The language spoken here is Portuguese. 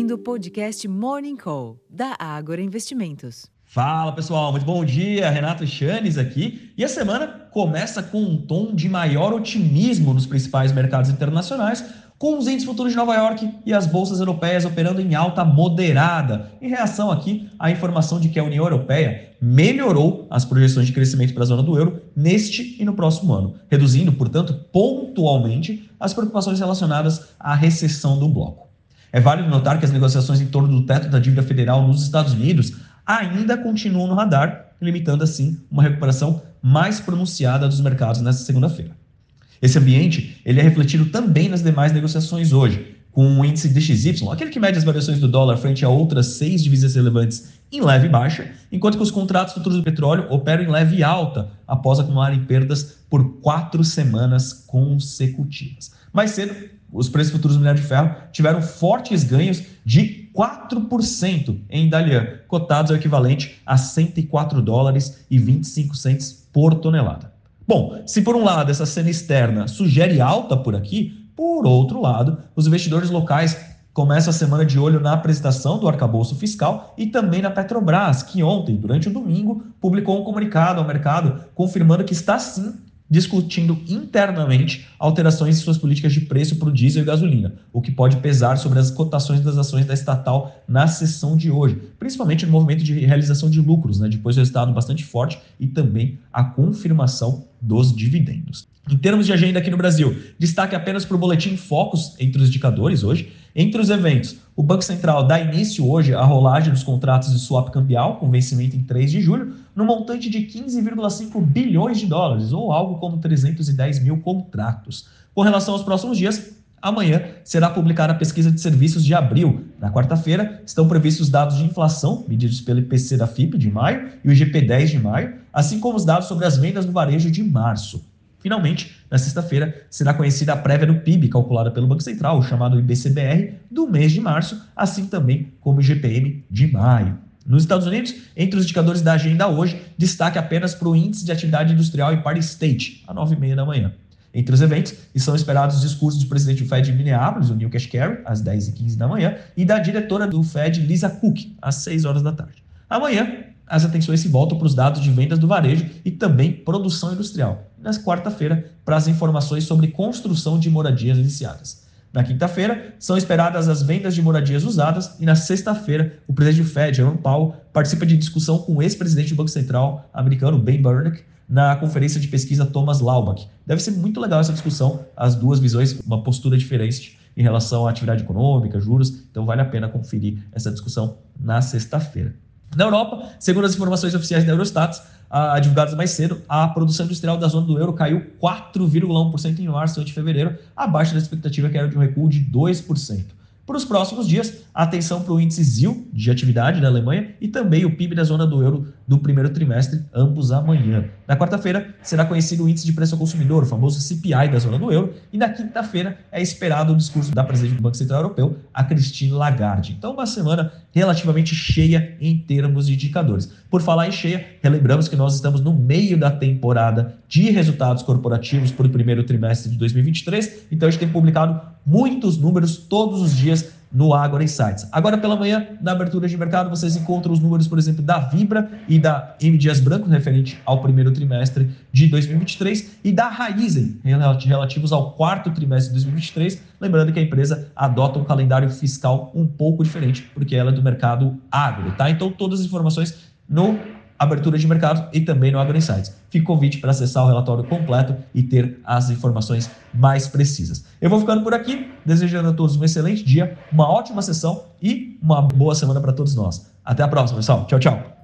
ouvindo o podcast Morning Call, da Ágora Investimentos. Fala pessoal, muito bom dia, Renato Chanes aqui. E a semana começa com um tom de maior otimismo nos principais mercados internacionais, com os índices futuros de Nova York e as bolsas europeias operando em alta moderada, em reação aqui à informação de que a União Europeia melhorou as projeções de crescimento para a zona do euro neste e no próximo ano, reduzindo, portanto, pontualmente as preocupações relacionadas à recessão do bloco. É válido notar que as negociações em torno do teto da dívida federal nos Estados Unidos ainda continuam no radar, limitando assim uma recuperação mais pronunciada dos mercados nesta segunda-feira. Esse ambiente ele é refletido também nas demais negociações hoje, com o índice DXY, aquele que mede as variações do dólar frente a outras 6 divisas relevantes em leve baixa, enquanto que os contratos futuros do petróleo operam em leve alta após acumularem perdas por 4 semanas consecutivas. Mais cedo, os preços futuros do minério de ferro tiveram fortes ganhos de 4% em Dalian, cotados ao equivalente a $104,25 por tonelada. Bom, se por um lado essa cena externa sugere alta por aqui, por outro lado, os investidores locais começam a semana de olho na apresentação do arcabouço fiscal e também na Petrobras, que ontem, durante o domingo, publicou um comunicado ao mercado confirmando que está sim discutindo internamente alterações em suas políticas de preço para o diesel e gasolina, o que pode pesar sobre as cotações das ações da estatal na sessão de hoje, principalmente no movimento de realização de lucros, depois do resultado bastante forte e também a confirmação dos dividendos. Em termos de agenda aqui no Brasil, destaque apenas para o boletim Focus entre os indicadores hoje. Entre os eventos, o Banco Central dá início hoje à rolagem dos contratos de swap cambial, com vencimento em 3 de julho, no montante de 15,5 bilhões de dólares, ou algo como 310 mil contratos. Com relação aos próximos dias, amanhã será publicada a pesquisa de serviços de abril. Na quarta-feira, estão previstos dados de inflação, medidos pelo IPC da FIP de maio e o IGP-10 de maio, assim como os dados sobre as vendas no varejo de março. Finalmente, na sexta-feira, será conhecida a prévia do PIB calculada pelo Banco Central, o chamado IBCBR, do mês de março, assim também como o IGPM de maio. Nos Estados Unidos, entre os indicadores da agenda hoje, destaque apenas para o Índice de Atividade Industrial e Party State, às 9h30 da manhã. Entre os eventos, são esperados os discursos do presidente do Fed de Minneapolis, o Neil Kashkari, às 10h15 da manhã, e da diretora do Fed, Lisa Cook, às 6 horas da tarde. Amanhã, as atenções se voltam para os dados de vendas do varejo e também produção industrial. Na quarta-feira, para as informações sobre construção de moradias iniciadas. Na quinta-feira, são esperadas as vendas de moradias usadas e na sexta-feira, o presidente do Fed, Jerome Powell, participa de discussão com o ex-presidente do Banco Central americano, Ben Bernanke, na conferência de pesquisa Thomas Laubach. Deve ser muito legal essa discussão, as duas visões, uma postura diferente em relação à atividade econômica, juros, então vale a pena conferir essa discussão na sexta-feira. Na Europa, segundo as informações oficiais da Eurostat, divulgadas mais cedo, a produção industrial da zona do euro caiu 4,1% em março ante fevereiro, abaixo da expectativa que era de um recuo de 2%. Para os próximos dias, atenção para o índice ZIL de atividade da Alemanha e também o PIB da zona do euro do primeiro trimestre, ambos amanhã. Na quarta-feira, será conhecido o índice de preço ao consumidor, o famoso CPI da zona do euro, e na quinta-feira é esperado o discurso da presidente do Banco Central Europeu, a Christine Lagarde. Então, uma semana relativamente cheia em termos de indicadores. Por falar em cheia, relembramos que nós estamos no meio da temporada de resultados corporativos para o primeiro trimestre de 2023, então a gente tem publicado muitos números todos os dias no Ágora Insights. Agora pela manhã, na abertura de mercado, vocês encontram os números, por exemplo, da Vibra e da M. Dias Branco, referente ao primeiro trimestre de 2023, e da Raizen, relativos ao quarto trimestre de 2023, lembrando que a empresa adota um calendário fiscal um pouco diferente, porque ela é do mercado agro, tá? Então, todas as informações no abertura de mercado e também no Ágora Insights. Fica o convite para acessar o relatório completo e ter as informações mais precisas. Eu vou ficando por aqui, desejando a todos um excelente dia, uma ótima sessão e uma boa semana para todos nós. Até a próxima, pessoal. Tchau, tchau.